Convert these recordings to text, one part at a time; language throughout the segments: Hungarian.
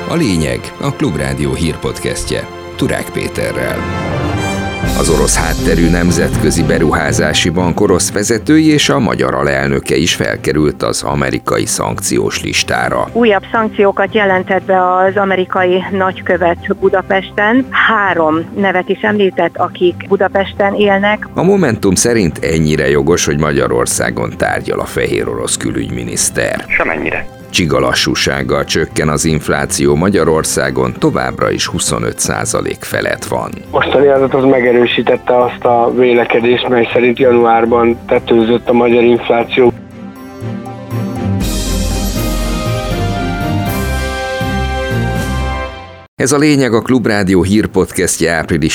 A lényeg a Klubrádió hírpodcastje Turák Péterrel. Az orosz hátterű Nemzetközi Beruházási Bank orosz vezetői és a magyar alelnöke is felkerült az amerikai szankciós listára. Újabb szankciókat jelentett be az amerikai nagykövet Budapesten. 3 nevet is említett, akik Budapesten élnek. A Momentum szerint ennyire jogos, hogy Magyarországon tárgyal a fehér orosz külügyminiszter. Semennyire. Csiga lassúsággal csökken az infláció Magyarországon, továbbra is 25% felett van. Mostani adat az megerősítette azt a vélekedést, mely szerint januárban tetőzött a magyar infláció. Ez a lényeg a Klubrádió hírpodcastje április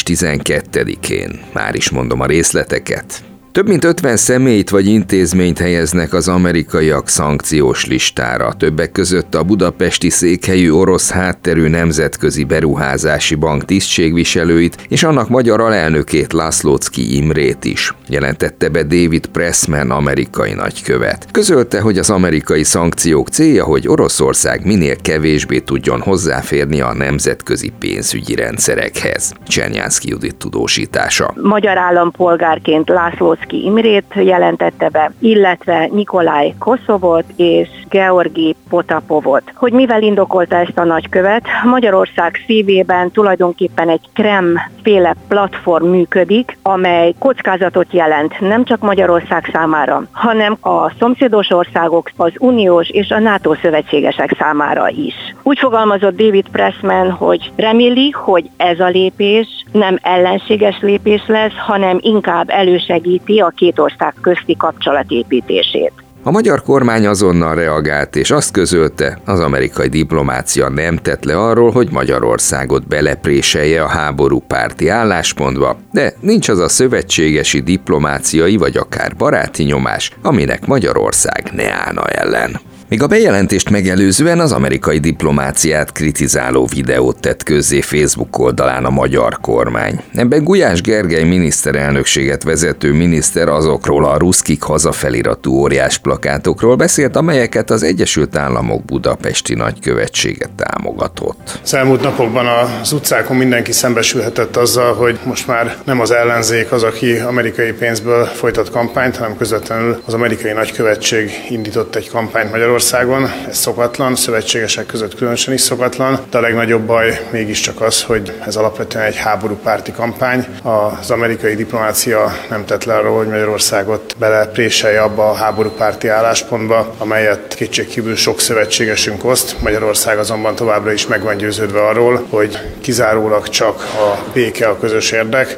12-én. Már is mondom a részleteket. Több mint 50 személyt vagy intézményt helyeznek az amerikaiak szankciós listára, többek között a budapesti székhelyű orosz hátterű Nemzetközi Beruházási Bank tisztségviselőit és annak magyar alelnökét, Lászlóczky Imrét is, jelentette be David Pressman amerikai nagykövet. Közölte, hogy az amerikai szankciók célja, hogy Oroszország minél kevésbé tudjon hozzáférni a nemzetközi pénzügyi rendszerekhez. Csernyánszky Judit tudósítása. Magyar állampolgárként Lászlóczky Imrét jelentette be, illetve Nikolaj Koszovot és Georgi Potapovot. Hogy mivel indokolta ezt a nagykövet? Magyarország szívében tulajdonképpen egy Kreml-féle platform működik, amely kockázatot jelent nem csak Magyarország számára, hanem a szomszédos országok, az uniós és a NATO szövetségesek számára is. Úgy fogalmazott David Pressman, hogy reméli, hogy ez a lépés nem ellenséges lépés lesz, hanem inkább elősegíti a két ország közti kapcsolatépítését. A magyar kormány azonnal reagált, és azt közölte, az amerikai diplomácia nem tett le arról, hogy Magyarországot belepréselje a háború párti álláspontba, de nincs az a szövetségesi diplomáciai vagy akár baráti nyomás, aminek Magyarország ne állna ellen. Még a bejelentést megelőzően az amerikai diplomáciát kritizáló videót tett közzé Facebook oldalán a magyar kormány. Ebben Gulyás Gergely miniszterelnökséget vezető miniszter azokról a ruszkik hazafeliratú óriás plakátokról beszélt, amelyeket az Egyesült Államok budapesti nagykövetsége támogatott. Az elmúlt napokban az utcákon mindenki szembesülhetett azzal, hogy most már nem az ellenzék az, aki amerikai pénzből folytat kampányt, hanem közvetlenül az amerikai nagykövetség indított egy kampányt Magyarországon. Ez szokatlan, szövetségesek között különösen is szokatlan, de a legnagyobb baj mégiscsak az, hogy ez alapvetően egy háborúpárti kampány. Az amerikai diplomácia nem tett le arról, hogy Magyarországot belepréselje abba a háborúpárti álláspontba, amelyet kétségkívül sok szövetségesünk oszt. Magyarország azonban továbbra is meg van győződve arról, hogy kizárólag csak a béke a közös érdek.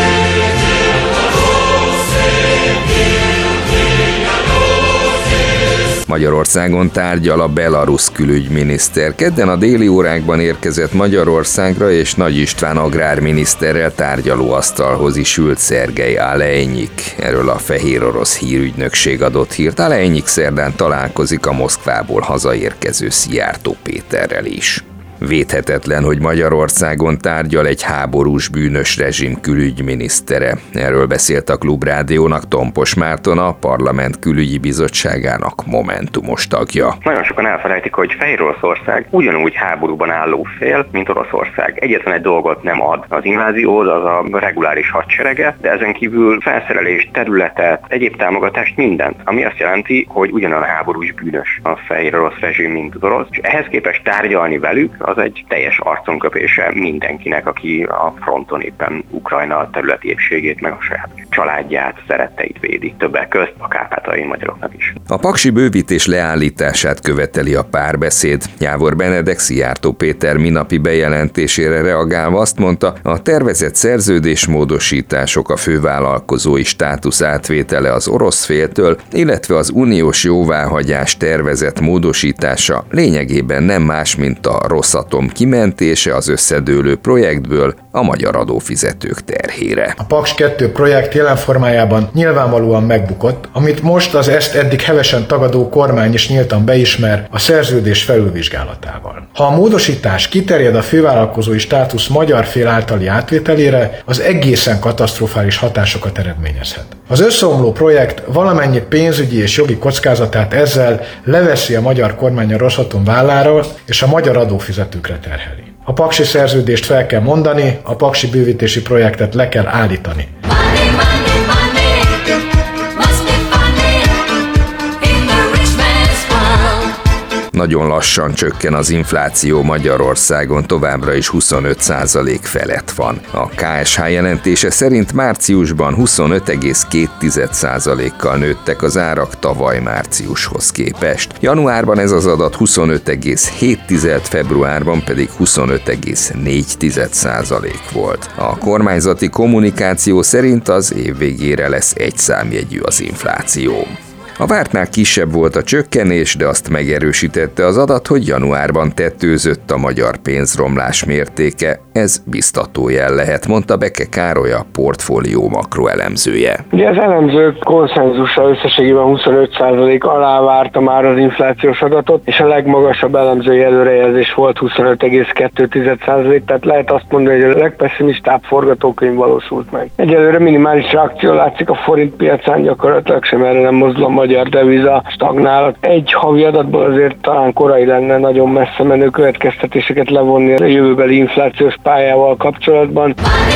Magyarországon tárgyal a belarusz külügyminiszter. Kedden a déli órákban érkezett Magyarországra, és Nagy István agrárminiszterrel tárgyalóasztalhoz is ült Szergej Alejnyik. Erről a fehér orosz hírügynökség adott hírt. Alejnyik szerdán találkozik a Moszkvából hazaérkező Szijjártó Péterrel is. Védhetetlen, hogy Magyarországon tárgyal egy háborús bűnös rezsim külügyminisztere. Erről beszélt a Klubrádiónak Tompos Márton, a Parlament Külügyi Bizottságának Momentumos tagja. Nagyon sokan elfelejtik, hogy Fehéroroszország ugyanúgy háborúban álló fél, mint Oroszország. Egyetlen egy dolgot nem ad az invázióhoz, az a reguláris hadserege, de ezen kívül felszerelést, területet, egyéb támogatást, mindent. Ami azt jelenti, hogy ugyanolyan háborús bűnös a fehérorosz rezsim, mint az orosz, és ehhez képest tárgyalni velük, az egy teljes arconköpése mindenkinek, aki a fronton éppen Ukrajna területi épségét, meg a saját családját, szeretteit védi. Többek közt a kárpátaljai magyaroknak is. A paksi bővítés leállítását követeli a Párbeszéd. Jávor Benedek Szijjártó Péter minapi bejelentésére reagálva azt mondta, a tervezett szerződésmódosítások, a fővállalkozói státusz átvétele az orosz féltől, illetve az uniós jóváhagyás tervezett módosítása lényegében nem más, mint a Rosszatom kimentése az összedőlő projektből a magyar adófizetők terhére. A Paks 2 projekt jelen formájában nyilvánvalóan megbukott, amit most az ezt eddig hevesen tagadó kormány is nyíltan beismer a szerződés felülvizsgálatával. Ha a módosítás kiterjed a fővállalkozói státusz magyar fél általi átvételére, az egészen katasztrofális hatásokat eredményezhet. Az összeomló projekt valamennyi pénzügyi és jogi kockázatát ezzel leveszi a magyar kormány a Rosszatom válláról, és a magyar adófizetők életükre terheli. A paksi szerződést fel kell mondani, a paksi bővítési projektet le kell állítani. Nagyon lassan csökken az infláció Magyarországon, továbbra is 25% felett van. A KSH jelentése szerint márciusban 25,2%-kal nőttek az árak tavaly márciushoz képest. Januárban ez az adat 25,7, februárban pedig 25,4% volt. A kormányzati kommunikáció szerint az év végére lesz egyszámjegyű az infláció. A vártnál kisebb volt a csökkenés, de azt megerősítette az adat, hogy januárban tetőzött a magyar pénzromlás mértéke. Ez biztató jel lehet, mondta Beke Károly, a portfólió makroelemzője. Ugye az elemzők konszenzusa összességében 25% alá várta már az inflációs adatot, és a legmagasabb elemzői előrejelzés volt 25,2%, tehát lehet azt mondani, hogy a legpesszimistább forgatókönyv valósult meg. Egyelőre minimális reakció látszik a forint piacán, gyakorlatilag sem erre nem mozdul a magyar deviza, stagnál. Egy havi adatból azért talán korai lenne nagyon messze menő következtetéseket levonni a jövőbeli inflációs pályával kapcsolatban.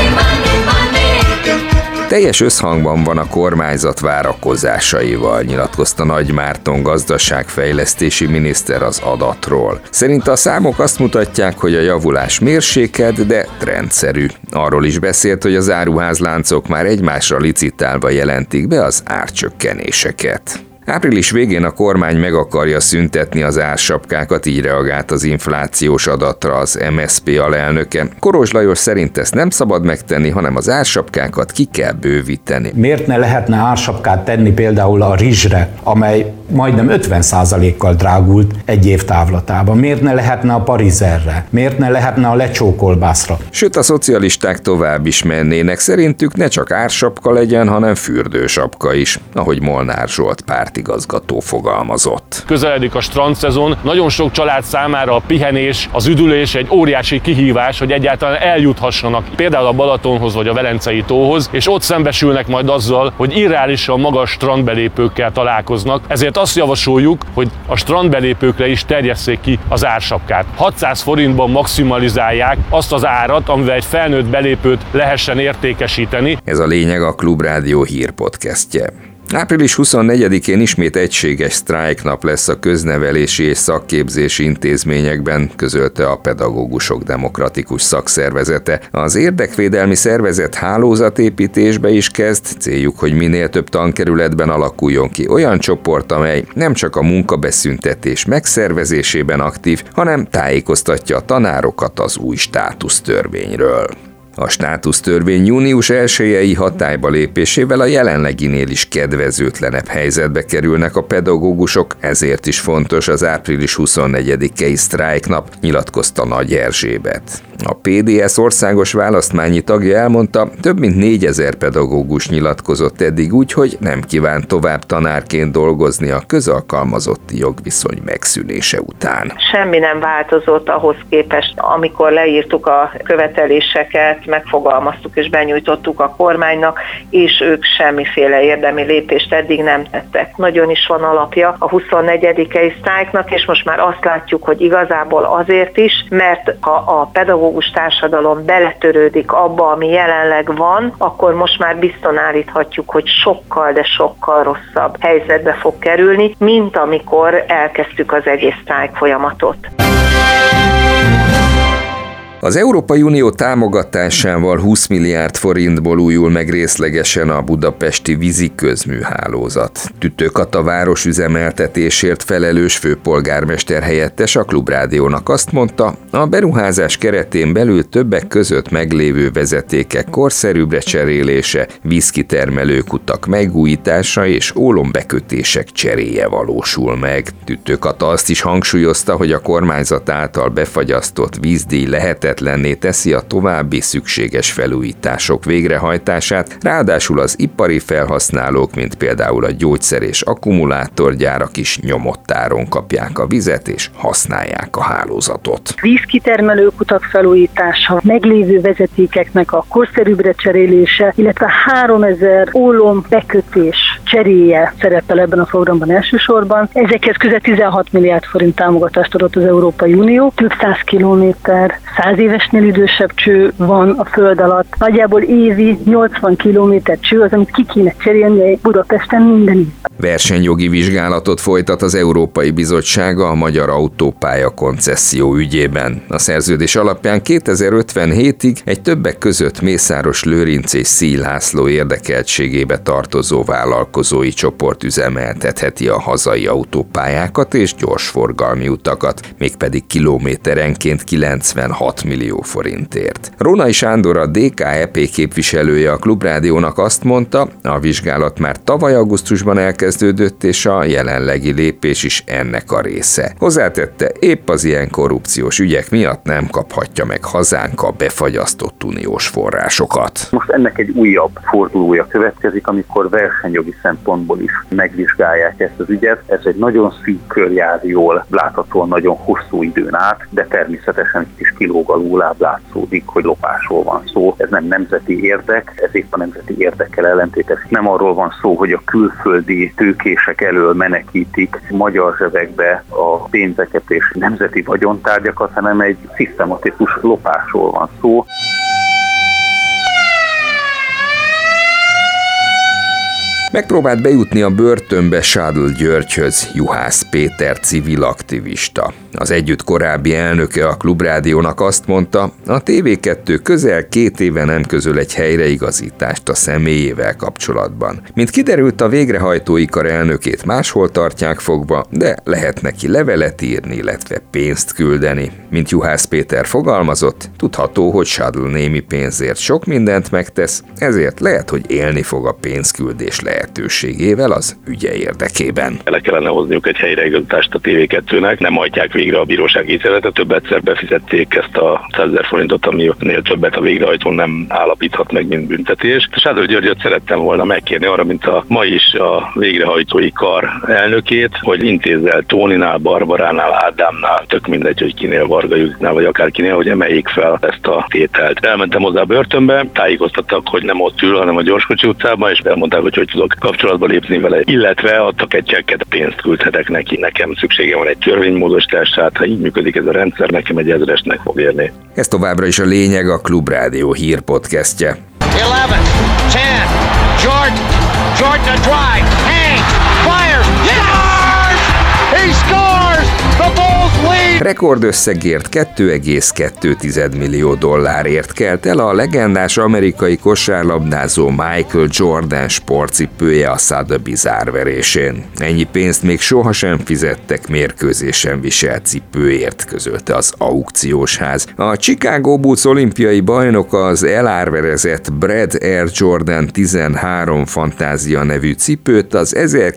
Teljes összhangban van a kormányzat várakozásaival, nyilatkozta Nagy Márton gazdaságfejlesztési miniszter az adatról. Szerinte a számok azt mutatják, hogy a javulás mérsékelt, de trendszerű. Arról is beszélt, hogy az áruházláncok már egymásra licitálva jelentik be az árcsökkenéseket. Április végén a kormány meg akarja szüntetni az ársapkákat, így reagált az inflációs adatra az MSZP alelnöke. Koros Lajos szerint ezt nem szabad megtenni, hanem az ársapkákat ki kell bővíteni. Miért ne lehetne ársapkát tenni például a rizsre, amely majdnem 50%-kal drágult egy év távlatában? Miért ne lehetne a parizerre? Miért ne lehetne a lecsókolbászra? Sőt, a szocialisták tovább is mennének, szerintük ne csak ársapka legyen, hanem fürdősapka is, ahogy Molnár Zsolt pártigazgató fogalmazott. Közeledik a strandszezon, nagyon sok család számára a pihenés, az üdülés egy óriási kihívás, hogy egyáltalán eljuthassanak például a Balatonhoz vagy a Velencei tóhoz, és ott szembesülnek majd azzal, hogy irreálisan magas strandbelépőkkel találkoznak. Ezért azt javasoljuk, hogy a strandbelépőkre is terjesszék ki az ársapkát. 600 forintban maximalizálják azt az árat, amivel egy felnőtt belépőt lehessen értékesíteni. Ez a lényeg a Klubrádió hírpodcastje. Április 24-én ismét egységes sztrájknap lesz a köznevelési és szakképzési intézményekben, közölte a Pedagógusok Demokratikus Szakszervezete. Az érdekvédelmi szervezet hálózatépítésbe is kezd, céljuk, hogy minél több tankerületben alakuljon ki olyan csoport, amely nem csak a munkabeszüntetés megszervezésében aktív, hanem tájékoztatja a tanárokat az új státusztörvényről. A státusztörvény június 1-i hatályba lépésével a jelenleginél is kedvezőtlenebb helyzetbe kerülnek a pedagógusok, ezért is fontos az április 24-i sztrájknap, nyilatkozta Nagy Erzsébet. A PDS országos választmányi tagja elmondta, több mint 4000 pedagógus nyilatkozott eddig úgy, hogy nem kíván tovább tanárként dolgozni a közalkalmazotti jogviszony megszűnése után. Semmi nem változott ahhoz képest, amikor leírtuk a követeléseket, megfogalmaztuk és benyújtottuk a kormánynak, és ők semmiféle érdemi lépést eddig nem tettek. Nagyon is van alapja a 24-i sztrájknak, és most már azt látjuk, hogy igazából azért is, mert ha a pedagógus társadalom beletörődik abba, ami jelenleg van, akkor most már bizton állíthatjuk, hogy sokkal, de sokkal rosszabb helyzetbe fog kerülni, mint amikor elkezdtük az egész sztrájk folyamatot. Az Európai Unió támogatásával 20 milliárd forintból újul meg részlegesen a budapesti vízi közműhálózat. Tüttő Kata városüzemeltetésért felelős főpolgármester helyettes a Klubrádiónak azt mondta, a beruházás keretén belül többek között meglévő vezetékek korszerűbbre cserélése, vízkitermelő kutak megújítása és ólombekötések cseréje valósul meg. Tüttő Kata azt is hangsúlyozta, hogy a kormányzat által befagyasztott vízdíj lehetetlenné teszi a további szükséges felújítások végrehajtását, ráadásul az ipari felhasználók, mint például a gyógyszer- és akkumulátorgyárak is nyomott áron kapják a vizet és használják a hálózatot. Vízkitermelő kutak felújítása, meglévő vezetékeknek a korszerűbbre cserélése, illetve 3000 ólom bekötés cseréje szerepel ebben a programban elsősorban. Ezekhez közel 16 milliárd forint támogatást adott az Európai Unió. Több 100 kilométer 100 évesnél idősebb cső van a föld alatt. Nagyjából évi 80 kilométer cső az, amit ki kéne cserélni Budapesten minden évben. Versenyjogi vizsgálatot folytat az Európai Bizottság a magyar autópálya koncesszió ügyében. A szerződés alapján 2057-ig egy többek között Mészáros Lőrinc és Szíj László érdekeltségébe tartozó vállalkozói csoport üzemeltetheti a hazai autópályákat és gyorsforgalmi utakat, mégpedig kilométerenként 96 millió forintért. Rónai Sándor, a DK-EP képviselője a Klubrádiónak azt mondta, a vizsgálat már tavaly augusztusban elkezdődött, és a jelenlegi lépés is ennek a része. Hozzátette, épp az ilyen korrupciós ügyek miatt nem kaphatja meg hazánk a befagyasztott uniós forrásokat. Most ennek egy újabb fordulója következik, amikor versenyjogi szempontból is megvizsgálják ezt az ügyet. Ez egy nagyon szűk kör jár jól, láthatóan nagyon hosszú időn át, de természetesen egy kis kilóg alóláb látszódik, hogy lopásról van szó. Ez nem nemzeti érdek, ez épp a nemzeti érdekkel ellentétes. Nem arról van szó, hogy a külföldi tőkések elől menekítik magyar zsebekbe a pénzeket és nemzeti vagyontárgyakat, hanem egy szisztematikus lopásról van szó. Megpróbált bejutni a börtönbe Sádl Györgyhöz Juhász Péter civil aktivista. Az együtt korábbi elnöke a Klubrádiónak azt mondta, a TV2 közel 2 éve nem közöl egy helyreigazítást a személyével kapcsolatban. Mint kiderült, a végrehajtói kar elnökét máshol tartják fogva, de lehet neki levelet írni, illetve pénzt küldeni. Mint Juhász Péter fogalmazott, tudható, hogy Sádl némi pénzért sok mindent megtesz, ezért lehet, hogy élni fog a pénzküldés lehetőségével az ügye érdekében. Le kellene hozniuk egy helyreigazítást a TV2-nek, nem hajtják végre a bírósági ítéletet, több egyszer befizették ezt a 100 000 forintot, aminél többet a végrehajtó nem állapíthat meg, mint büntetés. Sádl Györgyöt szerettem volna megkérni arra, mint a ma is a végrehajtói kar elnökét, hogy intézze el Tóninál, Barbaránál, Ádámnál, tök mindegy, hogy kinél, Varga Juditnál, vagy akárkinél, hogy emeljék fel ezt a tételt. Elmentem hozzá a börtönbe, tájékoztattak, hogy nem ott ül, hanem a Gyorskocsi utcában, és elmondták, hogy tudok kapcsolatba lépni vele, illetve adtak egy csekket, pénzt küldhetek neki. Nekem szükségem van egy törvénymódosításra, hát ha így működik ez a rendszer, nekem egy 1000-esnek fog érni. Ez továbbra is a lényeg, a Klubrádió hírpodcastje. 11, 10, Jordan a drive, hangs, fires, scores! He scores! The Bulls lead! Rekordösszegért $2,2 millió kelt el a legendás amerikai kosárlabdázó Michael Jordan sportcipője a Sotheby's árverésén. Ennyi pénzt még sohasem fizettek mérkőzésen viselt cipőért, közölte az aukciós ház. A Chicago Bulls olimpiai bajnoka az elárverezett Brad Air Jordan 13 Fantázia nevű cipőt az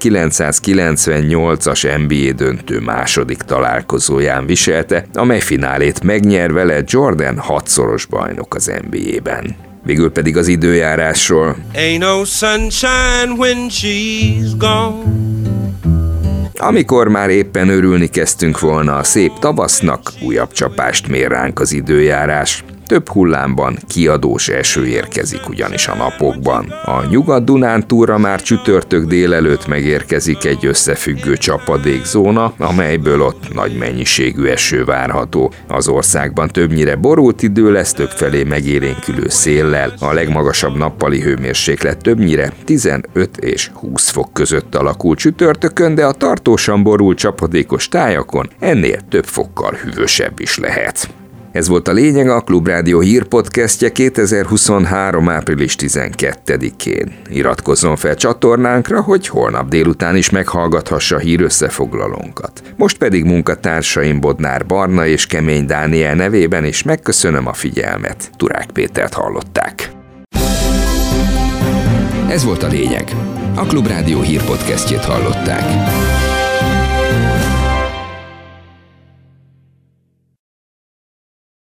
1998-as NBA döntő második találkozóján viselte, amely finálét megnyerve lett Jordan 6-szoros bajnok az NBA-ben. Végül pedig az időjárásról. Ain't no sunshine when she's gone. Amikor már éppen örülni kezdtünk volna a szép tavasznak, újabb csapást mér ránk az időjárás. Több hullámban kiadós eső érkezik ugyanis a napokban. A Nyugat-Dunántúlra már csütörtök délelőtt megérkezik egy összefüggő csapadékzóna, amelyből ott nagy mennyiségű eső várható. Az országban többnyire borult idő lesz, többfelé megélénkülő széllel. A legmagasabb nappali hőmérséklet többnyire 15 és 20 fok között alakul csütörtökön, de a tartósan borult csapadékos tájakon ennél több fokkal hűvösebb is lehet. Ez volt a lényeg, a Klubrádió hírpodcastje 2023. április 12-én. Iratkozzon fel csatornánkra, hogy holnap délután is meghallgathassa hírösszefoglalónkat. Most pedig munkatársaim Bodnár Barna és Kemény Dániel nevében is megköszönöm a figyelmet. Turák Pétert hallották. Ez volt a lényeg. A Klubrádió hírpodcastjét hallották.